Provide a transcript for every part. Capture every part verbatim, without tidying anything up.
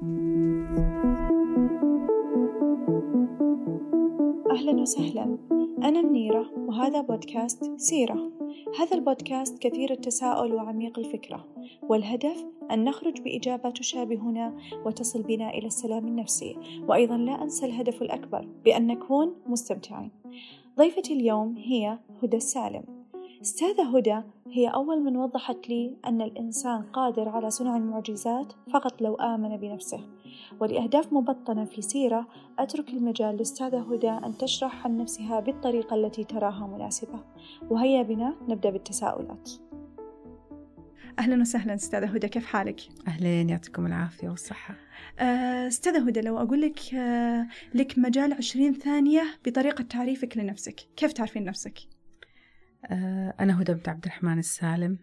أهلا وسهلا، أنا منيرة وهذا بودكاست سيرة. هذا البودكاست كثير التساؤل وعميق الفكرة، والهدف أن نخرج بإجابة تشابهنا وتصل بنا إلى السلام النفسي، وأيضا لا أنسى الهدف الأكبر بأن نكون مستمتعين. ضيفتي اليوم هي هدى السالم. أستاذة هدى هي أول من وضحت لي أن الإنسان قادر على صنع المعجزات فقط لو آمن بنفسه. ولأهداف مبطنة في سيرة أترك المجال لأستاذة هدى أن تشرح عن نفسها بالطريقة التي تراها مناسبة. وهيا بنا نبدأ بالتساؤلات. أهلا وسهلا أستاذة هدى، كيف حالك؟ أهلين، يعطيكم العافية والصحة. أستاذة هدى، لو أقول لك لك مجال عشرين ثانية بطريقة تعريفك لنفسك، كيف تعرفين نفسك؟ أنا هدى بنت عبد الرحمن السالم،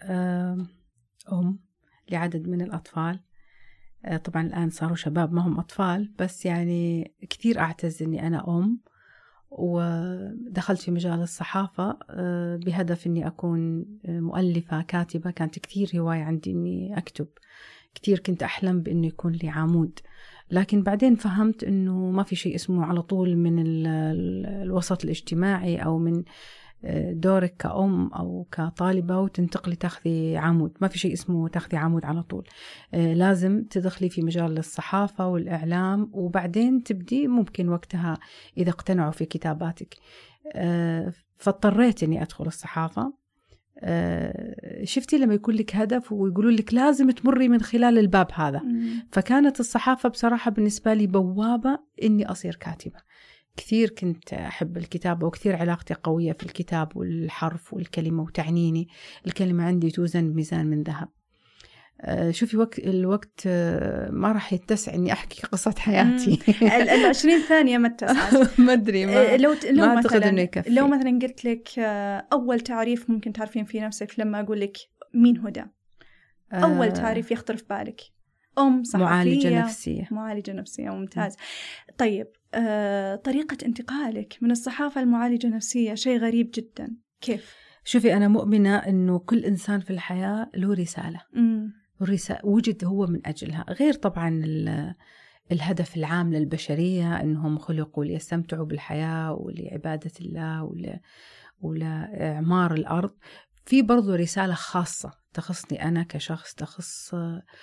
أم لعدد من الأطفال. طبعا الآن صاروا شباب ما هم أطفال، بس يعني كثير أعتز أني أنا أم. ودخلت في مجال الصحافة بهدف أني أكون مؤلفة كاتبة. كانت كثير هواية عندي أني أكتب، كثير كنت أحلم بأنه يكون لي عمود، لكن بعدين فهمت أنه ما في شيء اسمه على طول من الوسط الاجتماعي أو من دورك كأم أو كطالبة وتنتقلي تاخذي عمود. ما في شيء اسمه تاخذي عمود على طول، لازم تدخلي في مجال الصحافة والإعلام، وبعدين تبدي ممكن وقتها إذا اقتنعوا في كتاباتك. فاضطريت أني أدخل الصحافة. شفتي لما يكون لك هدف ويقولوا لك لازم تمري من خلال الباب هذا. مم. فكانت الصحافة بصراحة بالنسبة لي بوابة إني أصير كاتبة. كثير كنت أحب الكتابة، وكثير علاقتي قوية في الكتاب والحرف والكلمة، وتعنيني الكلمة عندي توزن بميزان من ذهب. شوفي وقت الوقت ما راح يتسع إني أحكي قصة حياتي. العشرين ثانية ما تسعى. ما أدري، ما, لو لو ما مثلا لو مثلا قلت لك أول تعريف ممكن تعرفين في نفسك لما أقول لك مين هدى، أول تعريف يخطر في بالك؟ أم، صحفية، معالجة نفسية. معالجة نفسية، ممتاز. طيب، آه، طريقة انتقالك من الصحافة المعالجة نفسية شيء غريب جدا، كيف؟ شوفي، أنا مؤمنة إنه كل إنسان في الحياة له رسالة، والرسالة وجد هو من أجلها، غير طبعا الهدف العام للبشرية إنهم خلقوا ليستمتعوا بالحياة ولعبادة الله ول... ولإعمار الأرض. في برضو رسالة خاصة تخصني أنا كشخص، تخص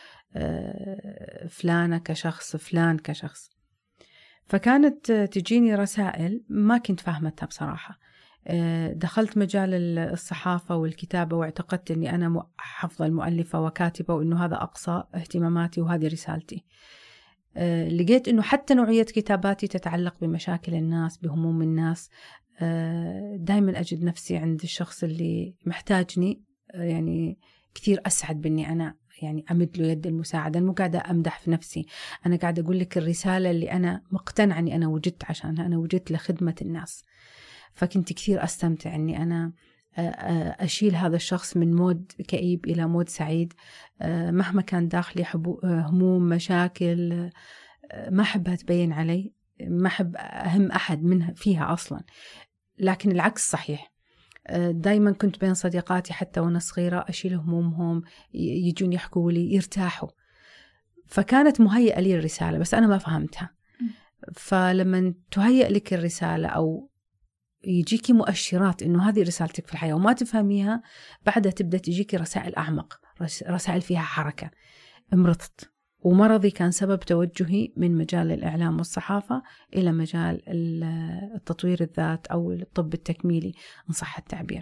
فلانة كشخص، فلان كشخص. فكانت تجيني رسائل ما كنت فاهمتها بصراحة. دخلت مجال الصحافة والكتابة واعتقدت أني أنا حفظ مؤلفة وكاتبة، وأنه هذا أقصى اهتماماتي وهذه رسالتي. لقيت أنه حتى نوعية كتاباتي تتعلق بمشاكل الناس، بهموم الناس. دايما أجد نفسي عند الشخص اللي محتاجني، يعني كثير أسعد بأني أنا يعني أمد له يد المساعدة. مو قاعدة أمدح في نفسي، أنا قاعدة أقول لك الرسالة اللي أنا مقتنعة أني أنا وجدت عشانها، أنا وجدت لخدمة الناس. فكنت كثير أستمتع أني أنا أشيل هذا الشخص من مود كئيب إلى مود سعيد، مهما كان داخلي هموم، مشاكل ما أحبها تبين علي، ما أحب أهم أحد منها فيها أصلا. لكن العكس صحيح، دايما كنت بين صديقاتي حتى وأنا صغيرة أشيل همومهم، يجون يحكوا لي يرتاحوا. فكانت مهيئة لي الرسالة، بس أنا ما فهمتها. فلما تهيئ لك الرسالة أو يجيكي مؤشرات إنه هذه رسالتك في الحياة وما تفهميها، بعدها تبدأ تجيكي رسائل أعمق، رسائل فيها حركة. امرضت، ومرضي كان سبب توجهي من مجال الإعلام والصحافة إلى مجال التطوير الذات أو الطب التكميلي إن صح التعبير.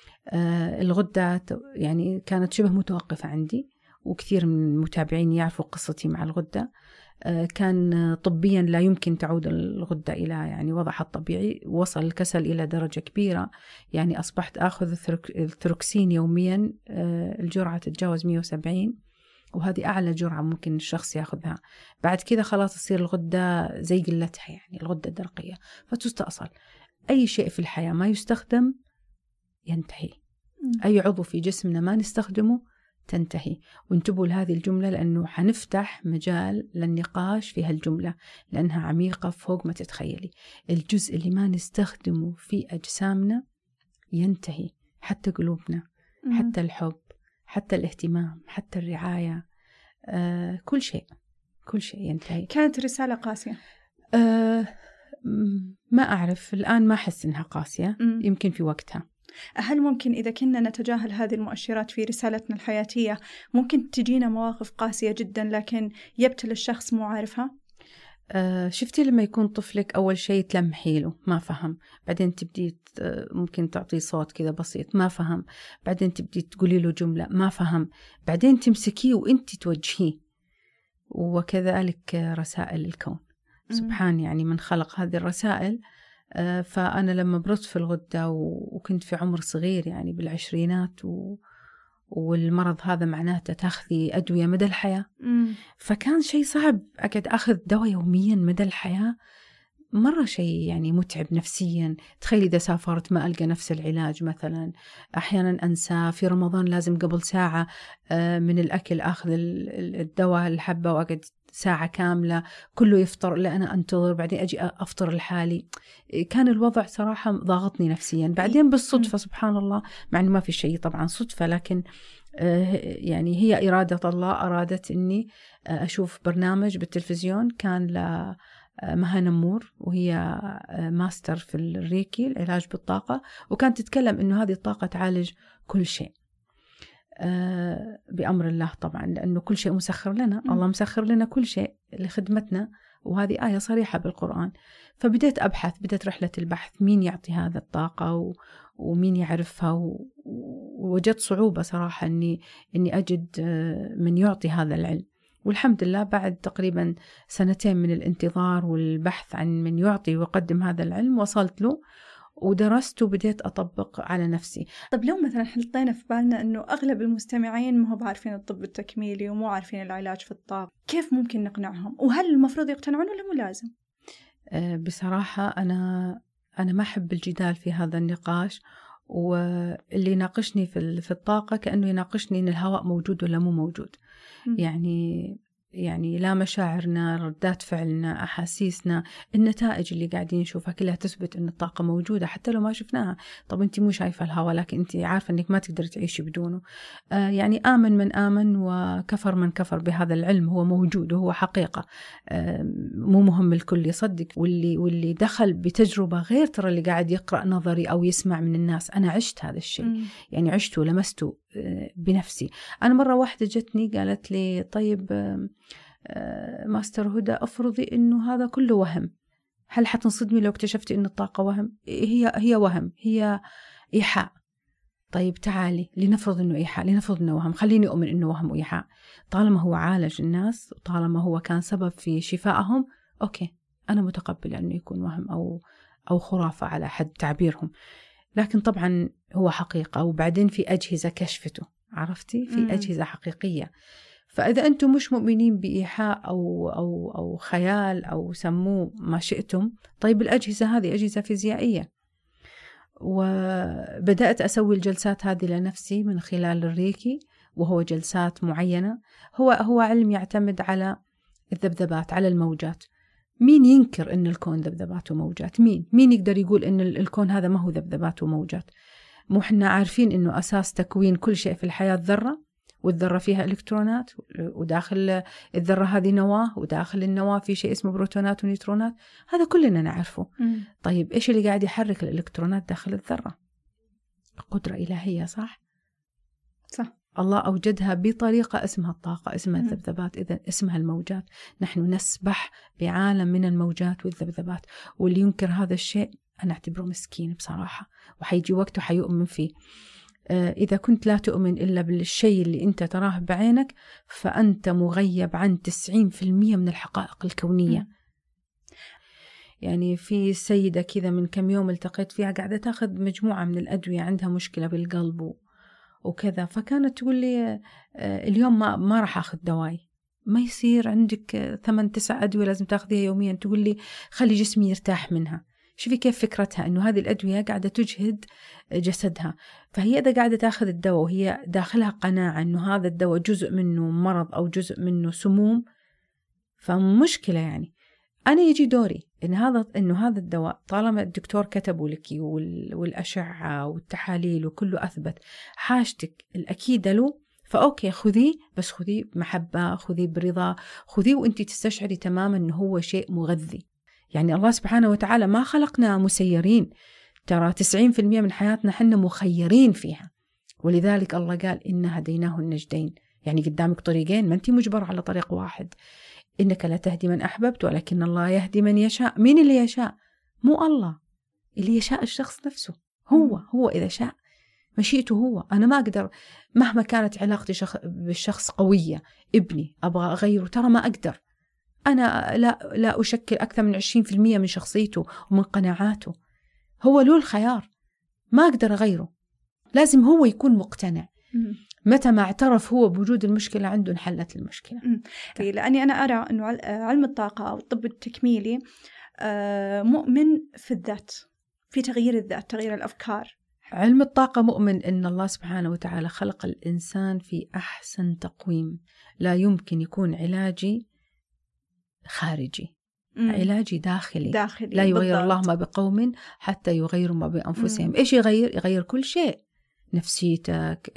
الغدة يعني كانت شبه متوقفة عندي، وكثير من المتابعين يعرفوا قصتي مع الغدة. كان طبيا لا يمكن تعود الغدة إلى يعني وضعها الطبيعي، وصل الكسل إلى درجة كبيرة، يعني أصبحت أخذ الثروكسين يوميا، الجرعة تتجاوز مية وسبعين، وهذه أعلى جرعة ممكن الشخص يأخذها. بعد كذا خلاص تصير الغدة زي قلتها، يعني الغدة الدرقية، فتستأصل. أي شيء في الحياة ما يستخدم ينتهي، أي عضو في جسمنا ما نستخدمه تنتهي. وانتبهوا لهذه الجملة، لأنه حنفتح مجال للنقاش في هالجملة، لأنها عميقة فوق ما تتخيلي. الجزء اللي ما نستخدمه في أجسامنا ينتهي، حتى قلوبنا، حتى الحب، حتى الاهتمام، حتى الرعاية، آه، كل شيء كل شيء ينتهي. كانت رسالة قاسية؟ أه ما أعرف الآن، ما أحس إنها قاسية. م. يمكن في وقتها. هل ممكن إذا كنا نتجاهل هذه المؤشرات في رسالتنا الحياتية ممكن تجينا مواقف قاسية جدا لكن يبتل الشخص مو عارفها؟ أه شفتي لما يكون طفلك أول شيء تلمحي له ما فهم، بعدين تبدي ممكن تعطيه صوت كذا بسيط ما فهم، بعدين تبدي تقولي له جملة ما فهم، بعدين تمسكيه وإنتي توجهيه. وكذلك رسائل الكون سبحان يعني من خلق هذه الرسائل. فأنا لما برزت في الغدة وكنت في عمر صغير يعني بالعشرينات و... والمرض هذا معناته تاخذي أدوية مدى الحياة. مم. فكان شيء صعب أقعد أخذ دواء يوميا مدى الحياة، مرة شيء يعني متعب نفسيا. تخيلي إذا سافرت ما ألقى نفس العلاج مثلا، أحيانا أنسى. في رمضان لازم قبل ساعة من الأكل أخذ الدواء الحبة وأقعد ساعة كاملة كله يفطر إلا أنا أنتظر، بعدين أجي أفطر لحالي. كان الوضع صراحة ضاغطني نفسيا. بعدين بالصدفة سبحان الله، مع أنه ما في شيء طبعا صدفة، لكن يعني هي إرادة الله أرادت أني أشوف برنامج بالتلفزيون كان ل مها نمور، وهي ماستر في الريكي العلاج بالطاقة، وكانت تتكلم أنه هذه الطاقة تعالج كل شيء بأمر الله طبعا، لأنه كل شيء مسخر لنا. م. الله مسخر لنا كل شيء لخدمتنا، وهذه آية صريحة بالقرآن. فبدأت أبحث، بدأت رحلة البحث مين يعطي هذا الطاقة و... ومين يعرفها، و... ووجدت صعوبة صراحة أني, إني أجد من يعطي هذا العلم. والحمد لله بعد تقريبا سنتين من الانتظار والبحث عن من يعطي ويقدم هذا العلم وصلت له ودرست وبديت أطبق على نفسي. طب لو مثلا حطينا في بالنا أنه أغلب المستمعين ما هو بعارفين الطب التكميلي ومو عارفين العلاج في الطاقة، كيف ممكن نقنعهم؟ وهل المفروض يقتنعون ولا مو لازم؟ أه بصراحة أنا أنا ما أحب الجدال في هذا النقاش، واللي يناقشني في في الطاقة كأنه يناقشني إن الهواء موجود ولا مو موجود. م. يعني يعني لا مشاعرنا، ردات فعلنا، أحاسيسنا، النتائج اللي قاعدين نشوفها كلها تثبت أن الطاقة موجودة حتى لو ما شفناها. طب أنت مو شايفة الهواء لكن أنت عارفة أنك ما تقدر تعيشي بدونه. آه يعني آمن من آمن وكفر من كفر بهذا العلم، هو موجود وهو حقيقة. آه مو مهم الكل يصدق، واللي واللي دخل بتجربة غير ترى اللي قاعد يقرأ نظري أو يسمع من الناس. أنا عشت هذا الشيء. م. يعني عشته ولمسته بنفسي. أنا مرة واحدة جتني قالت لي طيب ماستر هدى أفرضي إنه هذا كله وهم، هل حتنصدمي لو اكتشفتي إنه الطاقة وهم؟ هي هي وهم، هي إيحاء. طيب تعالي لنفرض إنه إيحاء، لنفرض إنه وهم، خليني أؤمن إنه وهم وإيحاء. طالما هو عالج الناس وطالما هو كان سبب في شفائهم، أوكي أنا متقبلة إنه يكون وهم أو أو خرافة على حد تعبيرهم. لكن طبعا هو حقيقة، وبعدين في أجهزة كشفته، عرفتي؟ في م. أجهزة حقيقية. فإذا أنتم مش مؤمنين بإيحاء أو, أو, أو خيال أو سموه ما شئتم، طيب الأجهزة هذه أجهزة فيزيائية. وبدأت أسوي الجلسات هذه لنفسي من خلال الريكي، وهو جلسات معينة. هو هو علم يعتمد على الذبذبات، على الموجات. مين ينكر إن الكون ذبذبات وموجات؟ مين مين يقدر يقول إن الكون هذا ما هو ذبذبات وموجات؟ مو إحنا عارفين إنه أساس تكوين كل شيء في الحياة ذرة، والذرة فيها إلكترونات، وداخل الذرة هذه نواة، وداخل النواة في شيء اسمه بروتونات ونيوترونات. هذا كلنا نعرفه. م. طيب إيش اللي قاعد يحرك الإلكترونات داخل الذرة؟ قدرة إلهية، صح؟ صح. الله أوجدها بطريقة اسمها الطاقة، اسمها الذبذبات، إذا اسمها الموجات. نحن نسبح بعالم من الموجات والذبذبات، واللي ينكر هذا الشيء أنا أعتبره مسكين بصراحة، وحيجي وقته حيؤمن فيه. إذا كنت لا تؤمن إلا بالشيء اللي أنت تراه بعينك، فأنت مغيب عن تسعين في المية من الحقائق الكونية. م. يعني في سيدة كذا من كم يوم التقيت فيها قاعدة تأخذ مجموعة من الأدوية، عندها مشكلة بالقلب وكذا، فكانت تقول لي اليوم ما ما راح أخذ دواي، ما يصير عندك ثمان تسع أدوية لازم تأخذيها يوميا. تقول لي خلي جسمي يرتاح منها. شوفي كيف فكرتها، إنه هذه الأدوية قاعدة تجهد جسدها. فهي إذا قاعدة تأخذ الدواء وهي داخلها قناعة إنه هذا الدواء جزء منه مرض أو جزء منه سموم، فمشكلة. يعني أنا يجي دوري إن هذا إنه هذا الدواء طالما الدكتور كتبه لك والأشعة والتحاليل وكله أثبت حاجتك الأكيدة له، فأوكي خذيه، بس خذيه بمحبة، خذيه برضا، خذيه وانت تستشعري تماما أنه هو شيء مغذي. يعني الله سبحانه وتعالى ما خلقنا مسيرين، ترى تسعين بالمئة من حياتنا حنا مخيرين فيها. ولذلك الله قال إنا هديناه النجدين، يعني قدامك طريقين، ما أنت مجبر على طريق واحد. إنك لا تهدي من أحببت ولكن الله يهدي من يشاء. مين اللي يشاء؟ مو الله، اللي يشاء الشخص نفسه. هو هو إذا شاء مشيئته هو. أنا ما أقدر مهما كانت علاقتي شخ... بالشخص قوية، ابني أبغى أغيره، ترى ما أقدر. أنا لا لا أشكل أكثر من عشرين بالمئة من شخصيته ومن قناعاته. هو له الخيار، ما أقدر أغيره، لازم هو يكون مقتنع. متى ما اعترف هو بوجود المشكلة عنده انحلت المشكلة. لأني أنا أرى أنه علم الطاقة أو الطب التكميلي مؤمن في الذات، في تغيير الذات، تغيير الأفكار. علم الطاقة مؤمن أن الله سبحانه وتعالى خلق الإنسان في أحسن تقويم، لا يمكن يكون علاجي خارجي، مم. علاجي داخلي. داخلي لا يغير بالضبط. الله ما بقوم حتى يغيروا ما بأنفسهم. مم. إيش يغير؟ يغير كل شيء، نفسيتك،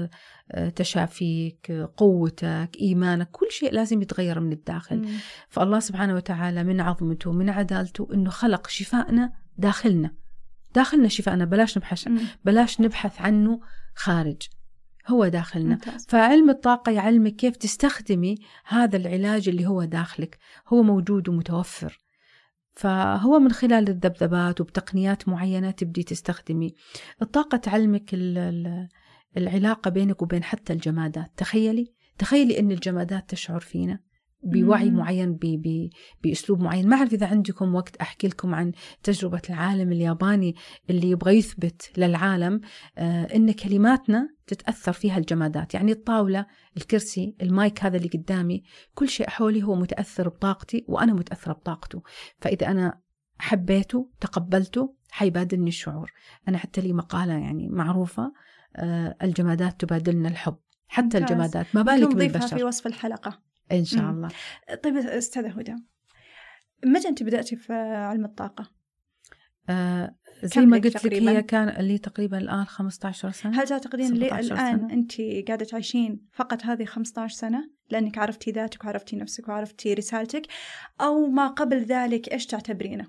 تشافيك، قوتك، إيمانك، كل شيء لازم يتغير من الداخل. مم. فالله سبحانه وتعالى من عظمته من عدالته أنه خلق شفاءنا داخلنا، داخلنا شفاءنا، بلاش نبحث مم. بلاش نبحث عنه خارج، هو داخلنا. ممتاز. فعلم الطاقة يعلمك كيف تستخدمي هذا العلاج اللي هو داخلك، هو موجود ومتوفر. فهو من خلال الذبذبات وبتقنيات معينة تبدي تستخدمي الطاقة. تعلمك العلاقة بينك وبين حتى الجمادات. تخيلي تخيلي أن الجمادات تشعر فينا بوعي معين، ب ب بأسلوب معين. ما أعرف إذا عندكم وقت أحكي لكم عن تجربة العالم الياباني اللي يبغى يثبت للعالم آه إن كلماتنا تتأثر فيها الجمادات. يعني الطاولة، الكرسي، المايك هذا اللي قدامي، كل شيء حولي هو متأثر بطاقتي وأنا متأثرة بطاقته. فإذا أنا حبيته تقبلته حيبادلني الشعور. أنا حتى لي مقالة يعني معروفة، آه الجمادات تبادلنا الحب، حتى ممتاز. الجمادات، ما بالك بالبشر. في وصف الحلقة إن شاء مم. الله. طيب أستاذة هدى، متى أنت بدأتي في علم الطاقة؟ آه زي ما قلت لك هي كان اللي تقريبا الآن خمسة عشر سنة. هل تعتقدين اللي الآن سنة؟ أنت قاعدة تعيشين فقط هذه خمسة عشر سنة لأنك عرفتي ذاتك وعرفتي نفسك وعرفتي رسالتك، أو ما قبل ذلك إيش تعتبرينه؟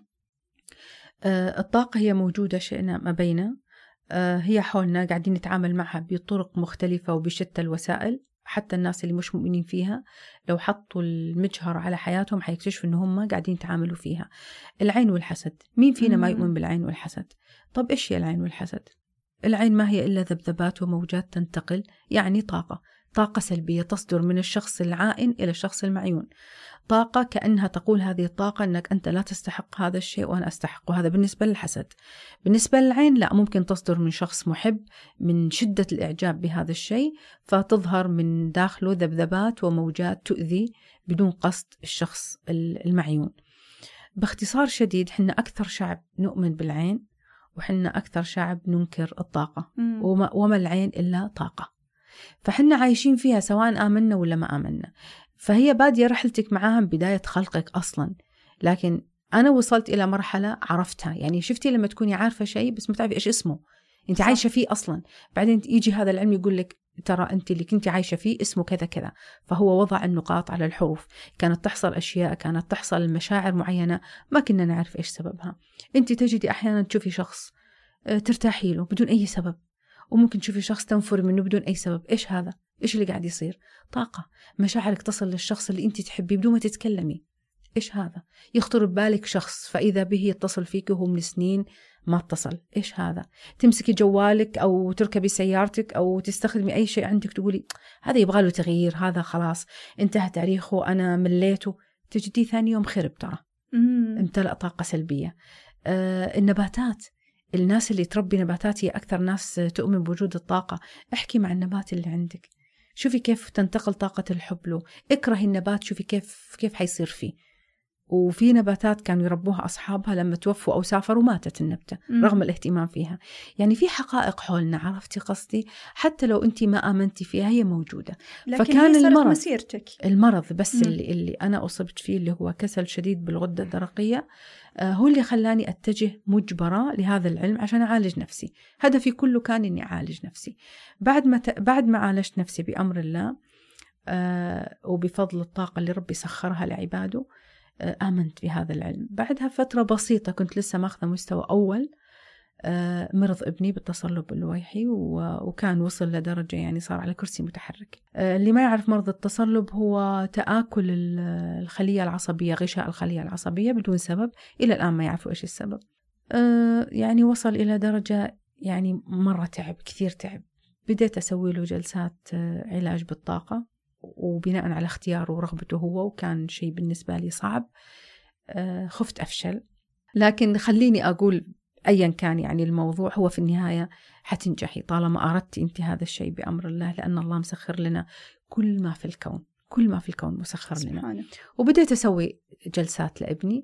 آه الطاقة هي موجودة شئنا ما بينا، آه هي حولنا، قاعدين نتعامل معها بطرق مختلفة وبشتى الوسائل. حتى الناس اللي مش مؤمنين فيها لو حطوا المجهر على حياتهم حيكتشفوا إن هم قاعدين يتعاملوا فيها. العين والحسد، مين فينا ما يؤمن بالعين والحسد؟ طب إيش هي العين والحسد؟ العين ما هي إلا ذبذبات وموجات تنتقل، يعني طاقة طاقة سلبية تصدر من الشخص العائن إلى الشخص المعيون. طاقة كأنها تقول هذه الطاقة أنك أنت لا تستحق هذا الشيء وأنا أستحق. وهذا بالنسبة للحسد. بالنسبة للعين لا، ممكن تصدر من شخص محب من شدة الإعجاب بهذا الشيء، فتظهر من داخله ذبذبات وموجات تؤذي بدون قصد الشخص المعيون. باختصار شديد، حنا أكثر شعب نؤمن بالعين، وحنا أكثر شعب ننكر الطاقة. وما, وما العين إلا طاقة، فحنا عايشين فيها سواء آمنا ولا ما آمنا. فهي بادية رحلتك معاها من بداية خلقك أصلا. لكن أنا وصلت إلى مرحلة عرفتها، يعني شفتي لما تكوني عارفة شيء بس ما تعرفي إيش اسمه، أنت صح. عايشة فيه أصلا، بعدين يجي هذا العلم يقول لك ترى أنت اللي كنت عايشة فيه اسمه كذا كذا. فهو وضع النقاط على الحروف. كانت تحصل أشياء، كانت تحصل مشاعر معينة ما كنا نعرف إيش سببها. أنت تجدي أحيانا تشوفي شخص ترتاحي له بدون أي سبب، وممكن تشوفي شخص تنفر منه بدون أي سبب. إيش هذا؟ إيش اللي قاعد يصير؟ طاقة. مشاعرك تصل للشخص اللي أنت تحبيه بدون ما تتكلمي. إيش هذا؟ يخطر ببالك شخص فإذا به يتصل فيك وهو من سنين ما اتصل. إيش هذا؟ تمسكي جوالك أو تركبي سيارتك أو تستخدمي أي شيء عندك تقولي هذا يبغى له تغيير، هذا خلاص انتهى تاريخه، أنا مليته. تجدي ثاني يوم خرب، ترى امتلأ طاقة سلبية. آه النباتات، الناس اللي تربي نباتات هي أكثر ناس تؤمن بوجود الطاقة. احكي مع النبات اللي عندك، شوفي كيف تنتقل طاقة الحب له. اكره النبات، شوفي كيف كيف حيصير فيه. وفي نباتات كانوا يربوها أصحابها لما توفوا أو سافروا ماتت النبتة مم. رغم الاهتمام فيها. يعني في حقائق حولنا، عرفتي قصدي؟ حتى لو أنت ما آمنتي فيها هي موجودة. لكن فكان هي المرض مسيرتك. المرض بس مم. اللي, اللي أنا أصبت فيه اللي هو كسل شديد بالغدة الدرقية آه هو اللي خلاني أتجه مجبرة لهذا العلم عشان أعالج نفسي. هدفي كله كان إني أعالج نفسي. بعد ما ت... بعد ما عالجت نفسي بأمر الله آه وبفضل الطاقة اللي ربي سخرها لعباده آه آمنت بهذا العلم. بعدها فترة بسيطة كنت لسه ماخذة مستوى أول آه مرض ابني بالتصلب اللويحي وكان وصل لدرجة يعني صار على كرسي متحرك. آه اللي ما يعرف مرض التصلب هو تآكل الخلية العصبية، غشاء الخلية العصبية بدون سبب. إلى الآن ما يعرفوا إيش السبب. آه يعني وصل إلى درجة يعني مرة تعب، كثير تعب. بديت أسوي له جلسات آه علاج بالطاقة وبناء على اختياره ورغبته هو، وكان شيء بالنسبة لي صعب. آه خفت أفشل، لكن خليني أقول أيا كان يعني الموضوع هو في النهاية حتنجحي طالما أردت أنت هذا الشيء بأمر الله، لأن الله مسخر لنا كل ما في الكون، كل ما في الكون مسخر سبحانه. لنا. وبديت أسوي جلسات لابني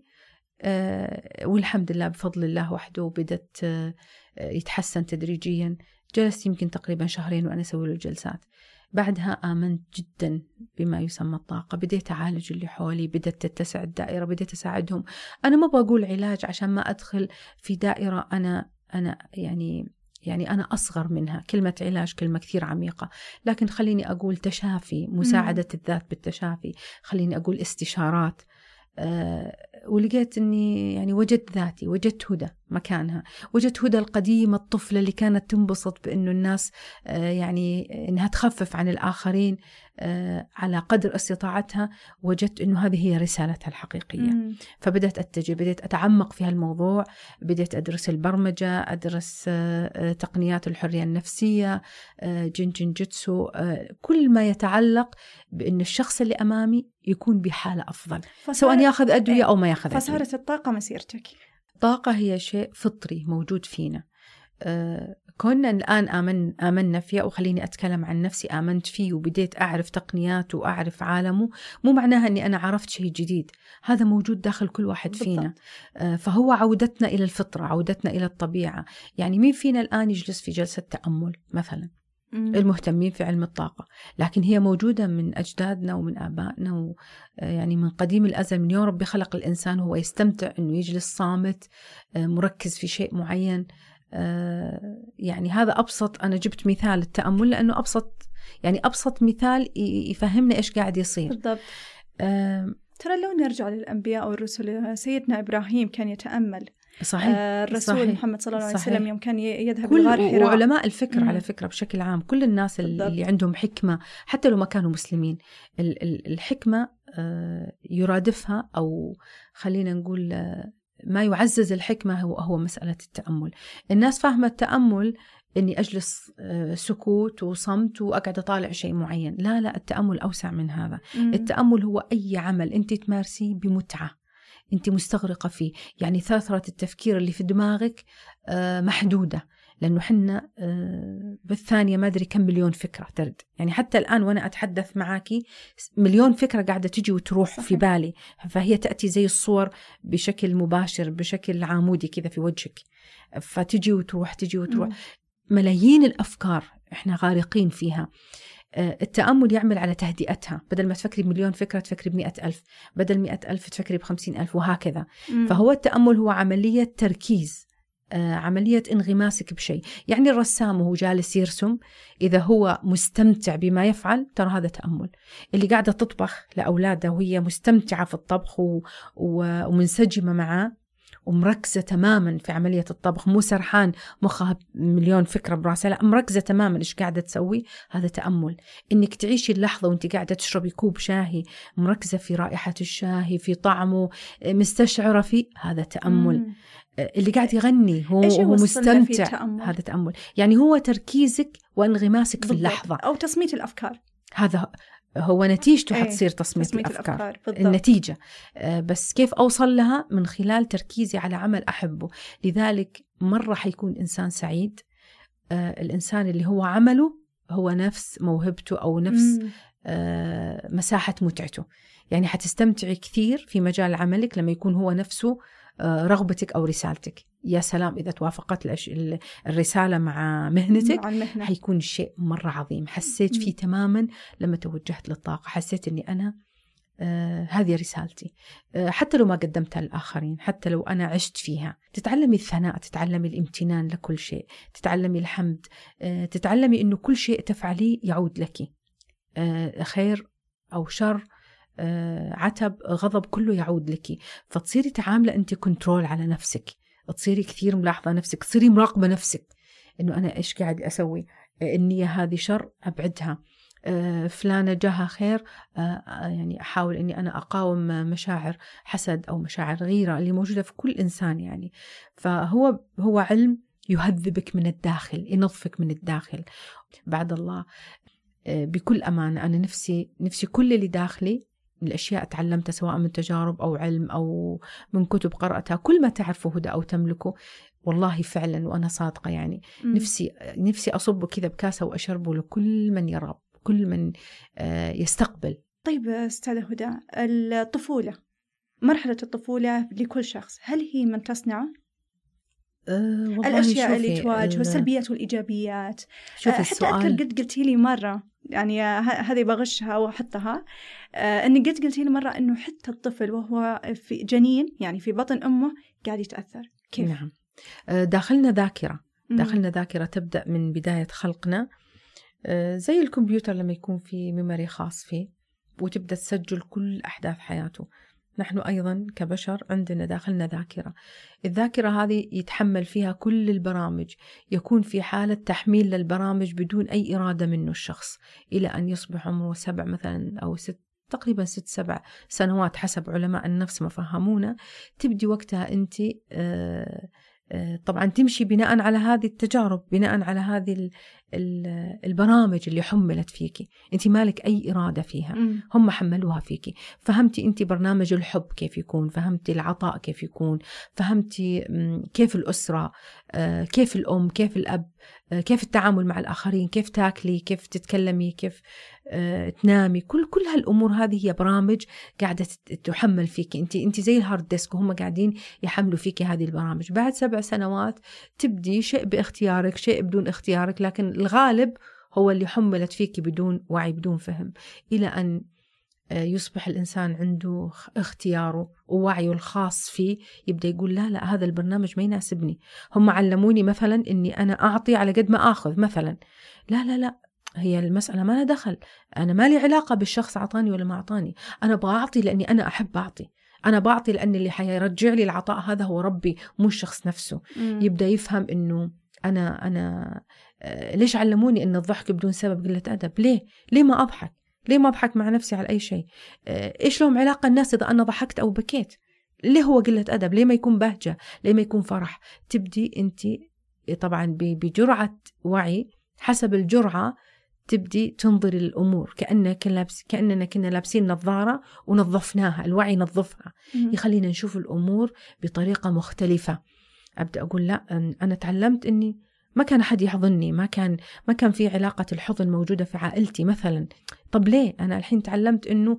أه والحمد لله بفضل الله وحده بدأت أه يتحسن تدريجيا. جلست يمكن تقريبا شهرين وأنا أسوي له الجلسات. بعدها آمنت جدا بما يسمى الطاقة، بديت أعالج اللي حولي، بدأت تتسع الدائرة، بديت أساعدهم. أنا ما بقول علاج عشان ما أدخل في دائرة أنا أنا يعني يعني أنا أصغر منها. كلمة علاج كلمة كثير عميقة، لكن خليني أقول تشافي، مساعدة الذات بالتشافي، خليني أقول استشارات. أه ولقيت أني يعني وجدت ذاتي، وجدت هدى مكانها، وجدت هدى القديمة الطفلة اللي كانت تنبسط بأنه الناس أه يعني أنها تخفف عن الآخرين أه على قدر استطاعتها. وجدت أنه هذه هي رسالتها الحقيقية. مم. فبدأت أتجه، بدأت أتعمق في هالموضوع، بدأت أدرس البرمجة، أدرس أه تقنيات الحرية النفسية، أه جين جين جيتسو، أه كل ما يتعلق بأن الشخص اللي أمامي يكون بحالة أفضل، سواء يأخذ أدوية أو ما يأخذ أدوية. فصارت الطاقة مسيرتك. الطاقة هي شيء فطري موجود فينا. آه كنا الآن آمن آمنا فيه، وخليني أتكلم عن نفسي. آمنت فيه وبديت أعرف تقنياته وأعرف عالمه. مو معناها أني أنا عرفت شيء جديد، هذا موجود داخل كل واحد بالضبط. فينا. آه فهو عودتنا إلى الفطرة، عودتنا إلى الطبيعة. يعني مين فينا الآن يجلس في جلسة تأمل مثلا؟ المهتمين في علم الطاقة، لكن هي موجودة من أجدادنا ومن آبائنا و يعني من قديم الأزل. من يوم ربي خلق الإنسان هو يستمتع أنه يجلس صامت مركز في شيء معين. يعني هذا أبسط، أنا جبت مثال التأمل لأنه أبسط، يعني أبسط مثال يفهمنا إيش قاعد يصير بالضبط. أه ترى لو نرجع للأنبياء والرسل، سيدنا إبراهيم كان يتأمل. صحيح. آه الرسول صحيح. محمد صلى الله عليه صحيح. وسلم يوم كان يذهب كل لغار حراء. وعلماء الفكر مم. على فكرة بشكل عام، كل الناس بالضبط. اللي عندهم حكمة حتى لو ما كانوا مسلمين، الحكمة يرادفها، أو خلينا نقول ما يعزز الحكمة هو هو مسألة التأمل. الناس فاهمة التأمل إني أجلس سكوت وصمت وأقعد أطالع شيء معين. لا لا، التأمل أوسع من هذا. مم. التأمل هو أي عمل أنت تمارسيه بمتعة، أنت مستغرقة فيه. يعني ثاثرة التفكير اللي في دماغك محدودة، لأنه حنا بالثانية ما أدري كم مليون فكرة ترد. يعني حتى الآن وأنا أتحدث معاكي مليون فكرة قاعدة تجي وتروح صحيح. في بالي، فهي تأتي زي الصور بشكل مباشر، بشكل عمودي كذا في وجهك، فتجي وتروح تجي وتروح. م. ملايين الأفكار إحنا غارقين فيها. التأمل يعمل على تهدئتها، بدل ما تفكري بمليون فكرة تفكري بمئة ألف، بدل مئة ألف تفكري بخمسين ألف، وهكذا. م. فهو التأمل هو عملية تركيز، عملية انغماسك بشيء. يعني الرسام وهو جالس يرسم، إذا هو مستمتع بما يفعل ترى هذا تأمل. اللي قاعدة تطبخ لأولادها وهي مستمتعة في الطبخ و... و... ومنسجمة معاه ومركزة تماما في عملية الطبخ، مو سرحان مخها مليون فكرة براسها، لا مركزة تماما إيش قاعدة تسوي، هذا تأمل. إنك تعيشي اللحظة وإنت قاعدة تشربي كوب شاهي، مركزة في رائحة الشاهي، في طعمه، مستشعرة فيه، هذا تأمل. مم. اللي قاعد يغني هو, هو مستمتع، هذا تأمل. يعني هو تركيزك وانغماسك في اللحظة، أو تصميت الأفكار، هذا هو نتيجته. حتصير تصميت, تصميت الأفكار, الأفكار. النتيجة بس كيف أوصل لها؟ من خلال تركيزي على عمل أحبه. لذلك مرة حيكون إنسان سعيد الإنسان اللي هو عمله هو نفس موهبته أو نفس مساحة متعته. يعني حتستمتعي كثير في مجال عملك لما يكون هو نفسه رغبتك أو رسالتك. يا سلام إذا توافقت الرسالة مع مهنتك، مع المهنة. حيكون شيء مرة عظيم. حسيت فيه تماما لما توجهت للطاقة، حسيت أني أنا آه هذه رسالتي. آه حتى لو ما قدمتها للآخرين، حتى لو أنا عشت فيها. تتعلمي الثناء، تتعلمي الامتنان لكل شيء، تتعلمي الحمد، آه تتعلمي أنه كل شيء تفعليه يعود لك، آه خير أو شر، آه عتب، غضب، كله يعود لك. فتصيري تعاملة أنت كنترول على نفسك، تصيري كثير ملاحظة نفسك، تصيري مراقبة نفسك أنه أنا إيش قاعد أسوي، آه النية هذه شر أبعدها، آه فلانة جاها خير، آه يعني أحاول أني أنا أقاوم مشاعر حسد أو مشاعر غيرة اللي موجودة في كل إنسان. يعني فهو هو علم يهذبك من الداخل، ينظفك من الداخل. بعد الله آه بكل أمانة أنا نفسي نفسي كل اللي داخلي من الأشياء تعلمتها، سواء من تجارب أو علم أو من كتب قرأتها، كل ما تعرفه هدى أو تملكه والله فعلا وأنا صادقة. يعني م. نفسي نفسي أصب كذا بكاسة وأشربه لكل من يرغب، كل من يستقبل. طيب أستاذة هدى، الطفولة، مرحلة الطفولة لكل شخص، هل هي من تصنعه؟ أه الأشياء اللي تواجهه، السلبيات والإيجابيات. شوفي حتى السؤال. أذكر قد قلتي لي مرة، يعني هذه بغشها وأحطها، أه أني قد قلتي لي مرة أنه حتى الطفل وهو في جنين، يعني في بطن أمه، قاعد يتأثر. كيف؟ نعم. داخلنا ذاكرة، داخلنا ذاكرة تبدأ من بداية خلقنا، زي الكمبيوتر لما يكون في ميموري خاص فيه وتبدأ تسجل كل أحداث حياته. نحن أيضا كبشر عندنا داخلنا ذاكرة. الذاكرة هذه يتحمل فيها كل البرامج، يكون في حالة تحميل للبرامج بدون أي إرادة منه الشخص، إلى أن يصبح عمره سبع مثلا أو ست، تقريبا ست سبع سنوات حسب علماء النفس ما فهمونا. تبدي وقتها أنت آه طبعا تمشي بناء على هذه التجارب، بناء على هذه البرامج اللي حملت فيكي. انت مالك اي إرادة فيها، م. هم حملوها فيكي. فهمتي انت برنامج الحب كيف يكون، فهمتي العطاء كيف يكون، فهمتي كيف الأسرة، كيف الأم، كيف الأب، كيف التعامل مع الآخرين، كيف تاكلي، كيف تتكلمي، كيف تنامي. كل كل هالأمور هذه هي برامج قاعدة تحمل فيكي. انت انت زي الهارد ديسك وهم قاعدين يحملوا فيكي هذه البرامج. بعد سبع سنوات تبدي شيء باختيارك، شيء بدون اختيارك، لكن الغالب هو اللي حملت فيكي بدون وعي، بدون فهم، إلى أن يصبح الإنسان عنده اختياره ووعيه الخاص فيه. يبدأ يقول لا لا هذا البرنامج ما يناسبني. هم علموني مثلا أني أنا أعطي على قد ما أخذ مثلا. لا لا لا، هي المسألة ما لها دخل. أنا ما لي علاقة بالشخص أعطاني ولا ما أعطاني. أنا أبغى أعطي لأني أنا أحب أعطي. أنا بعطي لأن اللي حيرجع لي العطاء هذا هو ربي، مو الشخص نفسه. م. يبدأ يفهم إنه أنا أنا ليش علموني إن الضحك بدون سبب قلة أدب؟ ليه ليه ما أضحك؟ ليه ما أضحك مع نفسي على أي شيء؟ إيش لهم علاقة الناس إذا أنا ضحكت أو بكيت؟ ليه هو قلة أدب؟ ليه ما يكون بهجة؟ ليه ما يكون فرح؟ تبدي أنت طبعا بجرعة وعي، حسب الجرعة تبدي تنظري للأمور كأنك لابس كأننا كنا لابسين نظارة ونظفناها. الوعي نظفها، يخلينا نشوف الأمور بطريقة مختلفة. أبدأ أقول لا، أنا تعلمت إني ما كان أحد يحضنني، ما كان ما كان في علاقة الحضن موجودة في عائلتي مثلا. طب ليه؟ أنا الحين تعلمت إنه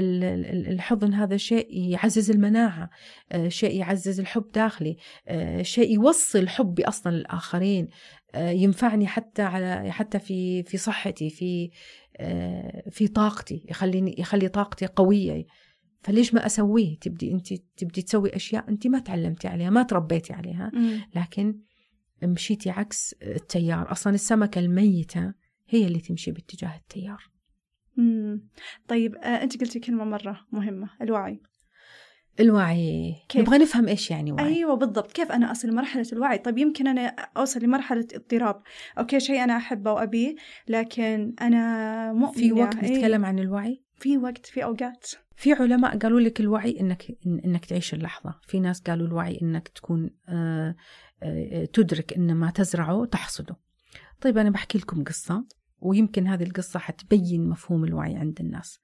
الحضن هذا شيء يعزز المناعة، شيء يعزز الحب داخلي، شيء يوصل حبي أصلا للآخرين، ينفعني حتى على حتى في في صحتي، في في طاقتي، يخليني يخلي طاقتي قوية. فليش ما أسويه؟ تبدي أنت تبدي تسوي أشياء أنت ما تعلمتي عليها، ما تربيتي عليها، لكن مشيتي عكس التيار. أصلا السمكة الميتة هي اللي تمشي باتجاه التيار. مم. طيب آه، أنت قلتي كلمة مرة مهمة، الوعي. الوعي كيف؟ نبغى نفهم إيش يعني وعي. أيوة بالضبط، كيف أنا أصل لمرحلة الوعي؟ طيب يمكن أنا أوصل لمرحلة اضطراب، أوكي شيء أنا أحبه وأبيه لكن أنا مؤمنة. في وقت نتكلم عن الوعي، في وقت، في أوقات. في علماء قالوا لك الوعي إنك إنك تعيش اللحظة. في ناس قالوا الوعي إنك تكون آه آه تدرك إن ما تزرعه تحصده. طيب أنا بحكي لكم قصة، ويمكن هذه القصة حتبين مفهوم الوعي عند الناس.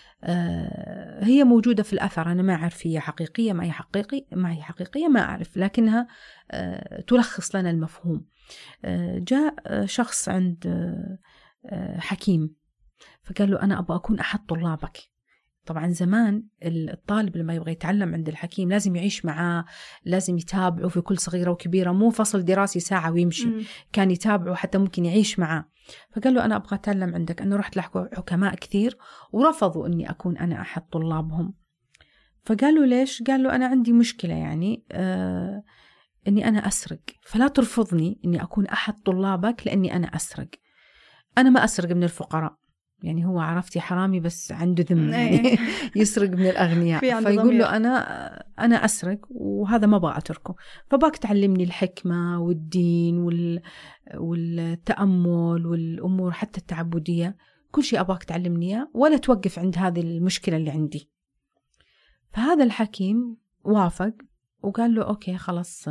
آه هي موجودة في الأثر، أنا ما أعرف هي حقيقية ما هي حقيقي ما هي حقيقية ما أعرف، لكنها آه تلخص لنا المفهوم. آه جاء شخص عند آه حكيم، فقال له أنا أبغى أكون أحد طلابك. طبعا زمان الطالب لما يبغى يتعلم عند الحكيم لازم يعيش معاه، لازم يتابعه في كل صغيرة وكبيرة، مو فصل دراسي ساعة ويمشي. م. كان يتابعه حتى ممكن يعيش معاه. فقال له أنا أبغى أتعلم عندك. أنا رحت لحكماء كثير ورفضوا أني أكون أنا أحد طلابهم. فقال له ليش؟ قال له أنا عندي مشكلة يعني آه أني أنا أسرق، فلا ترفضني أني أكون أحد طلابك لأني أنا أسرق. أنا ما أسرق من الفقراء، يعني هو عرفتي حرامي بس عنده ذمة يعني يسرق من الأغنياء. فيقول له أنا أنا أسرق وهذا ما أبغى أتركه، فباك تعلمني الحكمة والدين وال والتأمل والأمور حتى التعبدية، كل شيء أبغاك تعلمني ولا توقف عند هذه المشكلة اللي عندي. فهذا الحكيم وافق وقال له أوكي خلاص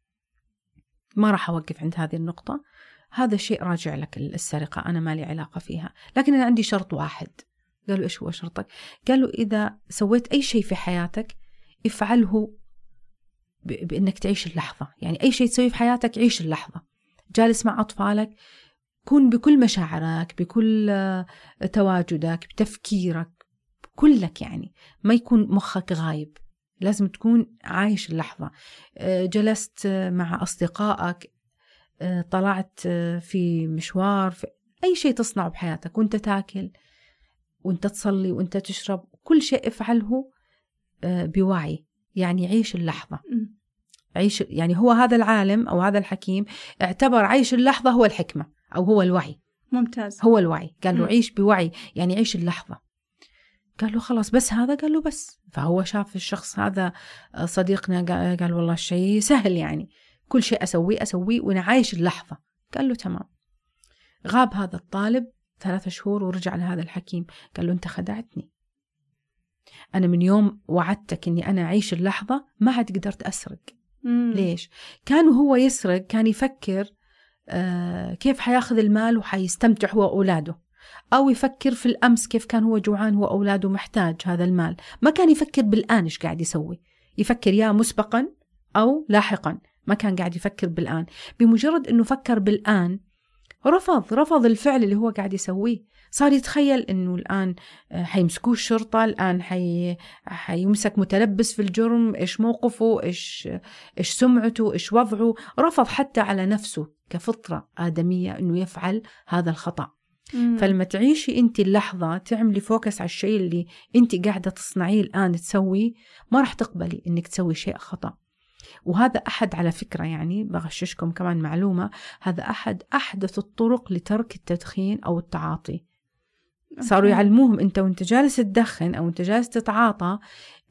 ما راح أوقف عند هذه النقطة، هذا الشيء راجع لك السرقة، أنا ما لي علاقة فيها، لكن أنا عندي شرط واحد. قالوا إيش هو شرطك؟ قالوا إذا سويت أي شيء في حياتك افعله بأنك تعيش اللحظة، يعني أي شيء تسويه في حياتك عيش اللحظة. جالس مع أطفالك كن بكل مشاعرك، بكل تواجدك، بتفكيرك كلك، يعني ما يكون مخك غايب، لازم تكون عايش اللحظة. جلست مع أصدقائك، طلعت في مشوار، في أي شيء تصنعه بحياتك، وانت تاكل وانت تصلي وانت تشرب، كل شيء افعله بوعي، يعني عيش اللحظة. عيش، يعني هو هذا العالم أو هذا الحكيم اعتبر عيش اللحظة هو الحكمة أو هو الوعي. ممتاز. هو الوعي. قال له عيش بوعي، يعني عيش اللحظة. قال له خلاص بس هذا؟ قال له بس. فهو شاف الشخص هذا صديقنا قال والله الشيء سهل، يعني كل شيء أسويه أسويه وأنا عايش اللحظة. قال له تمام. غاب هذا الطالب ثلاثة شهور ورجع لهذا الحكيم قال له أنت خدعتني، أنا من يوم وعدتك أني أنا أعيش اللحظة ما عاد قدرت أسرق. مم. ليش؟ كان هو يسرق كان يفكر آه كيف حياخذ المال وحيستمتع هو وأولاده، أو يفكر في الأمس كيف كان هو جوعان هو أولاده محتاج هذا المال. ما كان يفكر بالآن إيش قاعد يسوي، يفكر يا مسبقا أو لاحقا، ما كان قاعد يفكر بالآن. بمجرد أنه فكر بالآن رفض رفض الفعل اللي هو قاعد يسويه. صار يتخيل أنه الآن حيمسكوه الشرطة، الآن حي... حيمسك متلبس في الجرم، إيش موقفه، إيش... إيش سمعته، إيش وضعه. رفض حتى على نفسه كفطرة آدمية أنه يفعل هذا الخطأ. مم. فلما تعيشي أنت اللحظة، تعملي فوكس على الشيء اللي أنت قاعدة تصنعيه الآن تسوي، ما راح تقبلي أنك تسوي شيء خطأ. وهذا أحد، على فكرة يعني بغششكم كمان معلومة، هذا أحد أحدث الطرق لترك التدخين أو التعاطي. صاروا يعلموهم أنت وأنت جالس تدخن أو أنت جالس تتعاطى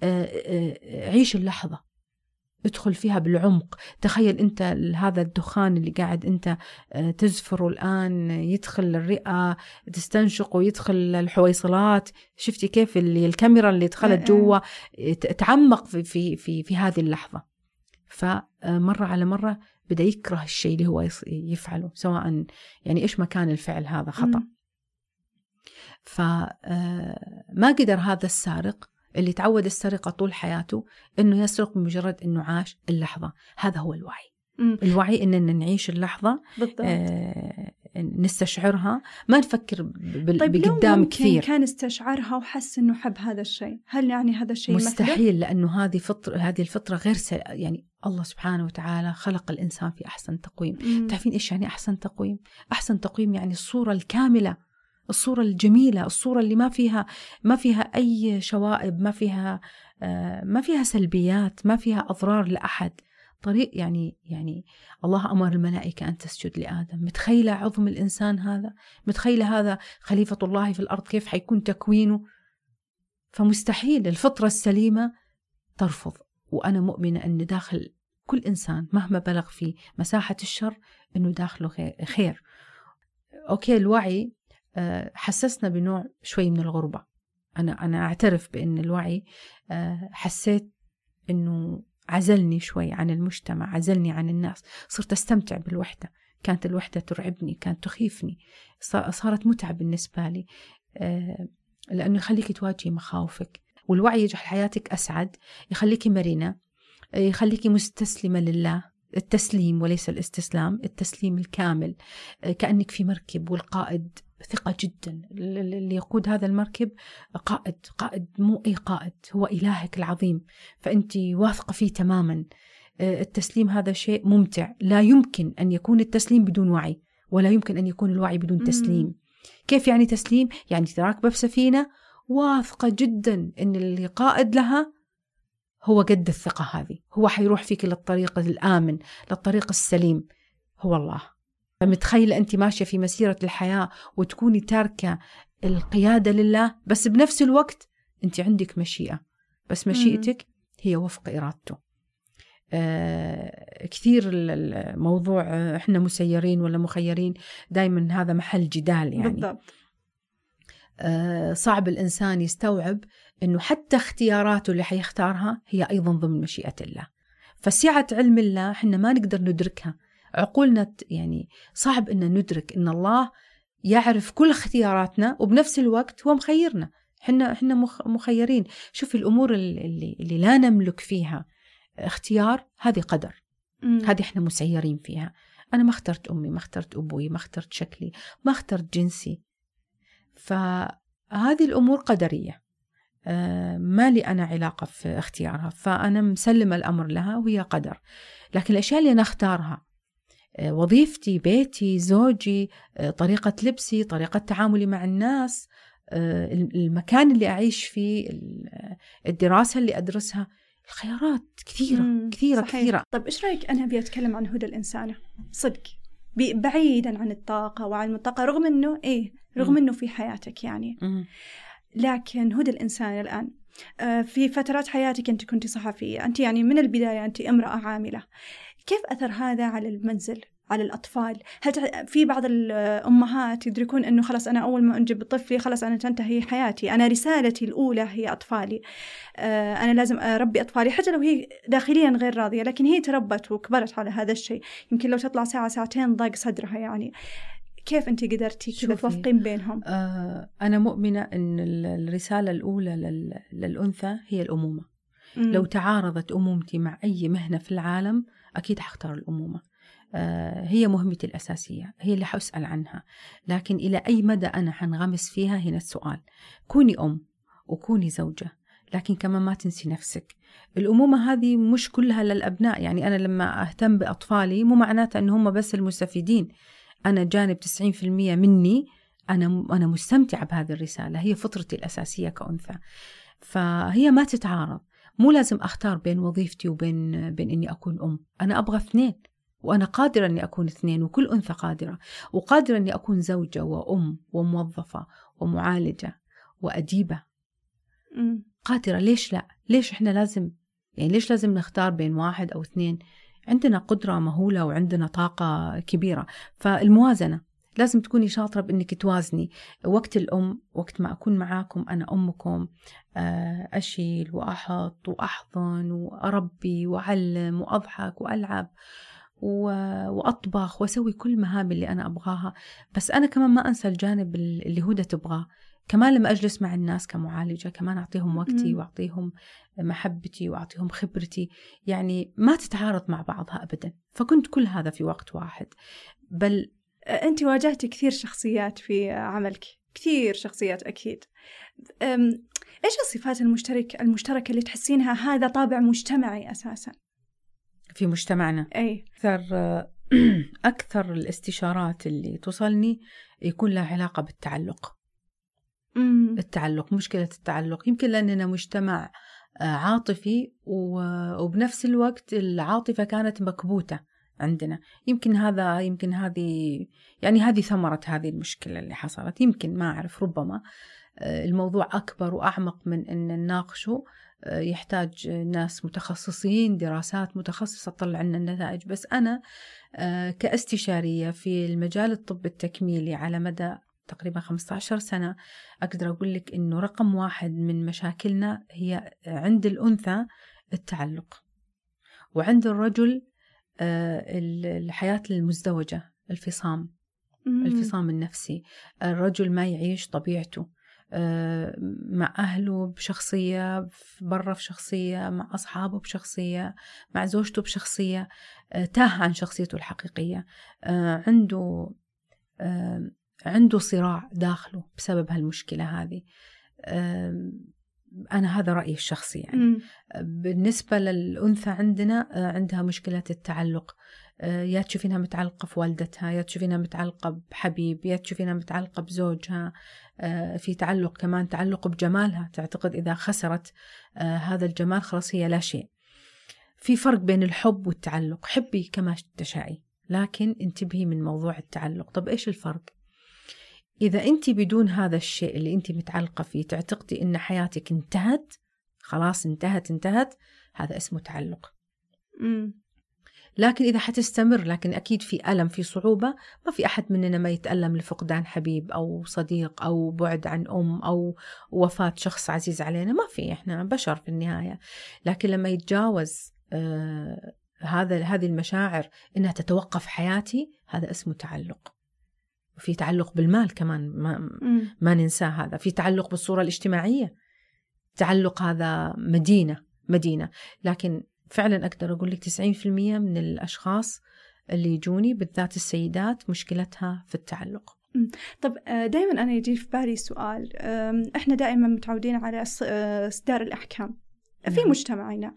عيش اللحظة، ادخل فيها بالعمق. تخيل أنت هذا الدخان اللي قاعد أنت تزفره الآن يدخل الرئة، تستنشق ويدخل الحويصلات. شفتي كيف اللي الكاميرا اللي دخلت جوا تعمق في, في, في, في هذه اللحظة. فمرة على مرة بدأ يكره الشيء اللي هو يفعله، سواء يعني إيش ما كان الفعل هذا خطأ. فما قدر هذا السارق اللي تعود السرقة طول حياته إنه يسرق بمجرد إنه عاش اللحظة. هذا هو الوعي. مم. الوعي إننا نعيش اللحظة، آه نستشعرها، ما نفكر بال... طيب بقدام كثير. كان استشعرها وحس إنه حب هذا الشيء، هل يعني هذا الشيء مستحيل مثله؟ لأنه هذه فطرة، هذه الفطرة غير س... يعني الله سبحانه وتعالى خلق الإنسان في أحسن تقويم. مم. تعرفين إيش يعني أحسن تقويم؟ أحسن تقويم يعني الصورة الكاملة، الصورة الجميلة، الصورة اللي ما فيها ما فيها أي شوائب، ما فيها آه ما فيها سلبيات، ما فيها أضرار لأحد. طريق يعني يعني الله أمر الملائكة أن تسجد لآدم. متخيلة عظم الإنسان هذا؟ متخيلة هذا خليفة الله في الأرض كيف حيكون تكوينه؟ فمستحيل الفطرة السليمة ترفض. وأنا مؤمنة أن داخل كل إنسان مهما بلغ في مساحة الشر أنه داخله خير. أوكي، الوعي حسسنا بنوع شوي من الغربة. أنا أنا أعترف بأن الوعي حسيت أنه عزلني شوي عن المجتمع، عزلني عن الناس، صرت أستمتع بالوحدة. كانت الوحدة ترعبني، كانت تخيفني، صارت متعب بالنسبة لي، لأنه يخليك تواجهي مخاوفك. والوعي يجعل حياتك أسعد، يخليك مرنة، يخليك مستسلمة لله. التسليم وليس الاستسلام، التسليم الكامل، كأنك في مركب والقائد ثقة جدا. اللي يقود هذا المركب قائد، قائد مو أي قائد، هو إلهك العظيم، فأنت واثقة فيه تماما. التسليم هذا شيء ممتع، لا يمكن أن يكون التسليم بدون وعي، ولا يمكن أن يكون الوعي بدون تسليم. كيف يعني تسليم؟ يعني راكبة بسفينة واثقة جدا أن اللي قائد لها هو قد الثقة هذه، هو حيروح فيك للطريق الآمن، للطريق السليم، هو الله. فمتخيلة أنت ماشية في مسيرة الحياة وتكوني تاركة القيادة لله، بس بنفس الوقت أنت عندك مشيئة، بس مشيئتك هي وفق إرادته. آه كثير الموضوع آه إحنا مسيرين ولا مخيرين، دايما هذا محل جدال يعني. بالضبط. آه صعب الإنسان يستوعب أنه حتى اختياراته اللي حيختارها هي أيضا ضمن مشيئة الله. فسعة علم الله إحنا ما نقدر ندركها، عقولنا يعني صعب أن ندرك أن الله يعرف كل اختياراتنا وبنفس الوقت هو مخيرنا. إحنا إحنا مخيرين. شوف الأمور اللي, اللي لا نملك فيها اختيار، هذه قدر، هذه إحنا مسيرين فيها. أنا ما اخترت أمي، ما اخترت أبوي، ما اخترت شكلي، ما اخترت جنسي، فهذه الأمور قدرية، آه ما لي أنا علاقة في اختيارها، فأنا مسلمة الأمر لها وهي قدر. لكن الأشياء اللي أنا اختارها، آه وظيفتي، بيتي، زوجي، آه طريقة لبسي، طريقة تعاملي مع الناس، آه المكان اللي أعيش فيه، الدراسة اللي أدرسها، الخيارات كثيرة مم. كثيرة صحيح. كثيرة. طب إيش رأيك، أنا أبي أتكلم عن هدى الإنسانة صدق، بعيدا عن الطاقة وعن الطاقة، رغم أنه إيه رغم أنه في حياتك يعني، مم. لكن هدى الإنسانة الآن في فترات حياتك أنت كنت صحفية، أنت يعني من البداية أنت امرأة عاملة، كيف أثر هذا على المنزل، على الأطفال؟ هل في بعض الأمهات يدركون أنه خلاص أنا أول ما أنجب طفلي خلاص أنا تنتهي حياتي، أنا رسالتي الأولى هي أطفالي، أنا لازم أربي أطفالي، حتى لو هي داخليا غير راضية لكن هي تربت وكبرت على هذا الشيء، يمكن لو تطلع ساعة ساعتين ضاق صدرها يعني. كيف أنت قدرتي كذا توفقين بينهم؟ آه أنا مؤمنة أن الرسالة الأولى لل... للأنثى هي الأمومة. مم. لو تعارضت أمومتي مع أي مهنة في العالم أكيد حختار الأمومة. آه هي مهمتي الأساسية، هي اللي حأسأل عنها، لكن إلى أي مدى أنا حنغمس فيها هنا السؤال. كوني أم وكوني زوجة، لكن كمان ما تنسي نفسك. الأمومة هذه مش كلها للأبناء، يعني أنا لما أهتم بأطفالي مو معناته أن هم بس المستفيدين، أنا جانب تسعين بالمئة مني أنا أنا مستمتعة بهذه الرسالة، هي فطرتي الأساسية كأنثى، فهي ما تتعارض. مو لازم أختار بين وظيفتي وبين بين إني أكون أم، أنا أبغى اثنين، وأنا قادرة إني أكون اثنين، وكل أنثى قادرة، وقادرة إني أكون زوجة وأم وموظفة ومعالجة وأديبة، قادرة. ليش لا؟ ليش إحنا لازم يعني ليش لازم نختار بين واحد أو اثنين؟ عندنا قدرة مهولة وعندنا طاقة كبيرة، فالموازنة لازم تكوني شاطرة بأنك توازني وقت الأم، وقت ما أكون معاكم أنا أمكم، أشيل وأحط وأحضن وأربي وأعلم وأضحك وألعب وأطبخ وأسوي كل مهام اللي أنا أبغاها، بس أنا كمان ما أنسى الجانب اللي هدى تبغاه. كمان لما أجلس مع الناس كمعالجة كمان أعطيهم وقتي وأعطيهم محبتي وأعطيهم خبرتي، يعني ما تتعارض مع بعضها أبدا. فكنت كل هذا في وقت واحد. بل أنت واجهتي كثير شخصيات في عملك، كثير شخصيات أكيد. إيش الصفات المشترك المشتركة اللي تحسينها هذا طابع مجتمعي أساسا في مجتمعنا؟ أي أكثر أكثر الاستشارات اللي توصلني يكون لها علاقة بالتعلق. مم. التعلق، مشكلة التعلق، يمكن لأننا مجتمع عاطفي وبنفس الوقت العاطفة كانت مكبوتة عندنا. يمكن هذا يمكن هذه يعني هذه ثمرة هذه المشكلة اللي حصلت. يمكن ما أعرف، ربما الموضوع أكبر وأعمق من أن نناقشه، يحتاج ناس متخصصين، دراسات متخصصة تطلع لنا النتائج. بس أنا كاستشارية في المجال الطب التكميلي على مدى تقريبا خمسة عشر سنة أقدر أقول لك إنه رقم واحد من مشاكلنا هي عند الأنثى التعلق، وعند الرجل الحياة المزدوجة، الفصام الفصام النفسي. الرجل ما يعيش طبيعته مع أهله بشخصية، برا في شخصية، مع أصحابه بشخصية، مع زوجته بشخصية، تاه عن شخصيته الحقيقية. عنده عنده صراع داخله بسبب هالمشكلة هذه. أنا هذا رأيي الشخصي يعني. م. بالنسبة للأنثى عندنا عندها مشكلة التعلق، يا تشوفينها متعلقة في والدتها، يا تشوفينها متعلقة بحبيب، يا تشوفينها متعلقة بزوجها. في تعلق كمان تعلق بجمالها، تعتقد إذا خسرت هذا الجمال خلاص هي لا شيء. في فرق بين الحب والتعلق. حبي كما تشائي، لكن انتبهي من موضوع التعلق. طب إيش الفرق؟ إذا أنت بدون هذا الشيء اللي أنت متعلقة فيه تعتقدي إن حياتك انتهت، خلاص انتهت انتهت، هذا اسمه تعلق. م. لكن إذا حتستمر، لكن أكيد في ألم، في صعوبة. ما في أحد مننا ما يتألم لفقدان حبيب أو صديق أو بعد عن أم أو وفاة شخص عزيز علينا، ما في، إحنا بشر في النهاية. لكن لما يتجاوز آه هذا هذه المشاعر إنها تتوقف حياتي، هذا اسمه تعلق. وفي تعلق بالمال كمان، ما, ما ننسى هذا. في تعلق بالصورة الاجتماعية، تعلق هذا مدينة مدينة. لكن فعلا أقدر أقول لك تسعين بالمئة من الأشخاص اللي يجوني بالذات السيدات مشكلتها في التعلق. طب دائما أنا يجي في بالي سؤال، إحنا دائما متعودين على إصدار الأحكام في مجتمعنا.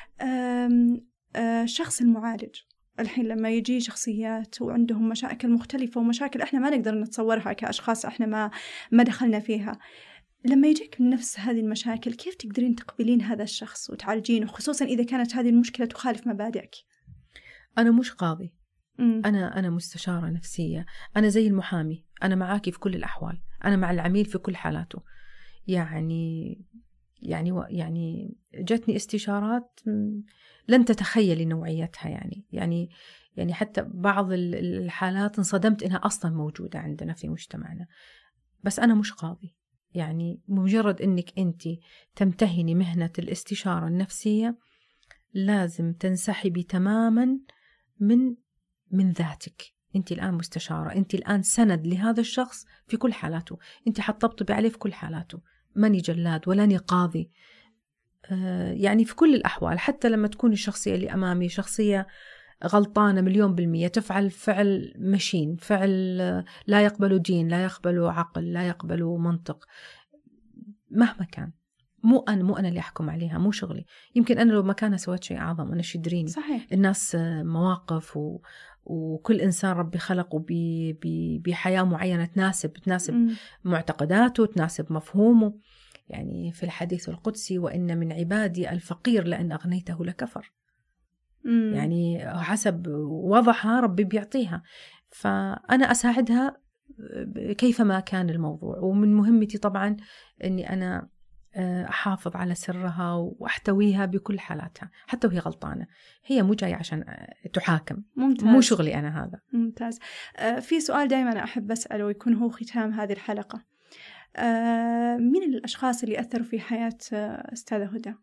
الشخص المعالج الحين لما يجي شخصيات وعندهم مشاكل مختلفة ومشاكل إحنا ما نقدر نتصورها كأشخاص إحنا ما ما دخلنا فيها، لما يجيك من نفس هذه المشاكل كيف تقدرين تقبلين هذا الشخص وتعالجينه، خصوصا إذا كانت هذه المشكلة تخالف مبادئك؟ أنا مش قاضي، م. أنا أنا مستشارة نفسية، أنا زي المحامي، أنا معاكي في كل الأحوال، أنا مع العميل في كل حالاته. يعني يعني يعني جتني استشارات لن تتخيلي نوعيتها. يعني يعني يعني حتى بعض الحالات انصدمت إنها أصلا موجودة عندنا في مجتمعنا. بس أنا مش قاضي. يعني مجرد إنك أنت تمتهني مهنة الاستشارة النفسية لازم تنسحبي تماما من من ذاتك. أنت الآن مستشارة، أنت الآن سند لهذا الشخص في كل حالاته، أنت حتطبطبي عليه في كل حالاته، ماني جلاد ولا قاضي. آه يعني في كل الأحوال، حتى لما تكون الشخصية اللي أمامي شخصية غلطانة مليون بالمية، تفعل فعل مشين، فعل لا يقبل دين، لا يقبل عقل، لا يقبل منطق، مهما كان، مو أنا مو أنا اللي أحكم عليها، مو شغلي. يمكن أنا لو مكانها سويت شيء أعظم، أنا شدريني. صحيح. الناس مواقف و... وكل إنسان ربي خلقه ب... ب... بحياة معينة تناسب تناسب م. معتقداته، تناسب مفهومه. يعني في الحديث القدسي وإن من عبادي الفقير لأن أغنيته لكفر. م. يعني حسب وضعها ربي بيعطيها، فأنا أساعدها كيفما كان الموضوع. ومن مهمتي طبعا أني أنا أحافظ على سرها وأحتويها بكل حالاتها حتى وهي غلطانة. هي مو جاية عشان تحاكم. ممتاز. مو شغلي أنا هذا. ممتاز. في سؤال دائما أحب أسأله ويكون هو ختام هذه الحلقة، مين الأشخاص اللي أثروا في حياة أستاذة هدى؟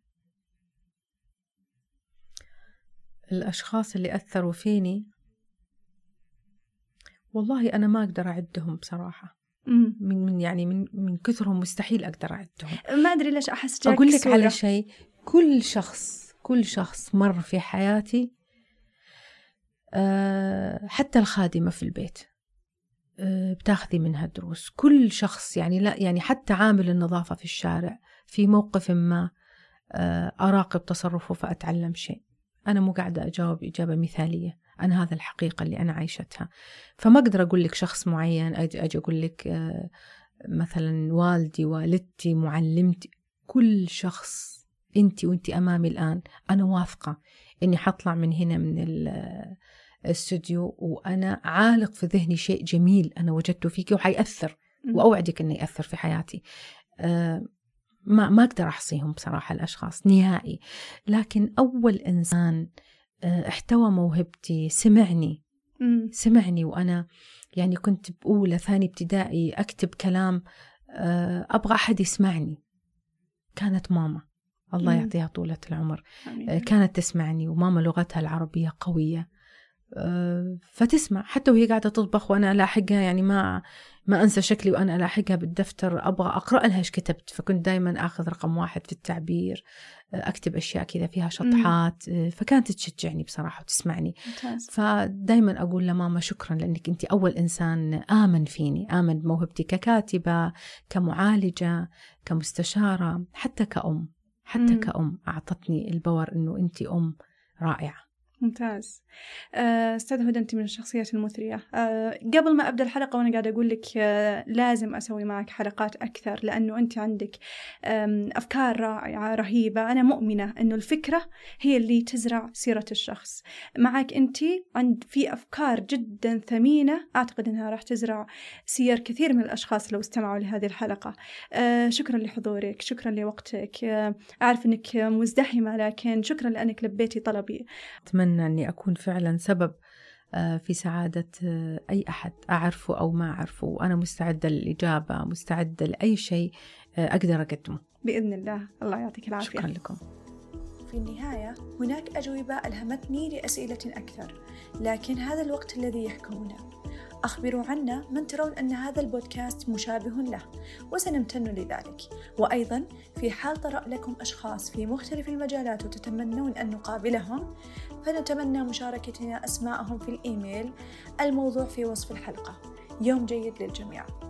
الأشخاص اللي أثروا فيني والله أنا ما أقدر أعدهم بصراحة. من من يعني من من كثرهم مستحيل أقدر أعدهم. ما أدري ليش أحس جاك أقول لك صورة. على شيء، كل شخص كل شخص مر في حياتي، أه حتى الخادمة في البيت أه بتاخذي منها دروس. كل شخص يعني لا يعني حتى عامل النظافة في الشارع في موقف ما أه أراقب تصرفه فأتعلم شيء. أنا مو قاعدة أجاوب إجابة مثالية، أنا هذا الحقيقة اللي أنا عايشتها. فما أقدر أقول لك شخص معين، أجي, أجي أقول لك آه مثلا والدي، والدتي، معلمتي. كل شخص أنت وأنت أمامي الآن أنا واثقة أني حطلع من هنا من الاستوديو وأنا عالق في ذهني شيء جميل أنا وجدته فيك وحيأثر، وأوعدك أنه يأثر في حياتي. آه ما ما أقدر أحصيهم بصراحة الأشخاص نهائي. لكن أول إنسان احتوى موهبتي، سمعني م. سمعني وأنا يعني كنت بأولى ثاني ابتدائي أكتب كلام أبغى أحد يسمعني، كانت ماما الله م. يعطيها طولة العمر. أمين. كانت تسمعني، وماما لغتها العربية قوية فتسمع حتى وهي قاعدة تطبخ وأنا ألاحقها، يعني ما ما أنسى شكلي وأنا ألاحقها بالدفتر، أبغى أقرأ لها إيش كتبت، فكنت دايما أخذ رقم واحد في التعبير، أكتب أشياء كذا فيها شطحات. فكانت تشجعني بصراحة وتسمعني. ممتاز. فدايما أقول لماما شكرا لأنك أنت أول إنسان آمن فيني، آمن بموهبتي ككاتبة، كمعالجة، كمستشارة، حتى كأم، حتى مم. كأم أعطتني البور إنه أنت أم رائعة. ممتاز. أستاذ هدى، أنت من الشخصيات المثرية. أه قبل ما أبدأ الحلقة وأنا قاعدة أقول لك أه لازم أسوي معك حلقات أكثر، لأنه أنت عندك أفكار رائعة رهيبة. أنا مؤمنة أنه الفكرة هي اللي تزرع سيرة الشخص. معك أنت عند في أفكار جدا ثمينة، أعتقد أنها راح تزرع سير كثير من الأشخاص لو استمعوا لهذه الحلقة. أه شكرا لحضورك، شكرا لوقتك. أه أعرف أنك مزدحمة، لكن شكرا لأنك لبيتي طلبي. أتمنى أني أكون فعلا سبب في سعادة أي أحد أعرفه أو ما أعرفه، وأنا مستعدة للإجابة، مستعدة لأي شيء أقدر أقدمه بإذن الله. الله يعطيك العافية. شكرا لكم. في النهاية هناك أجوبة ألهمتني لأسئلة أكثر، لكن هذا الوقت الذي يحكمنا. أخبروا عنا من ترون أن هذا البودكاست مشابه له، وسنمتن لذلك. وأيضا في حال طرأ لكم أشخاص في مختلف المجالات وتتمنون أن نقابلهم، فنتمنى مشاركتنا أسماءهم في الإيميل الموضوع في وصف الحلقة. يوم جيد للجميع.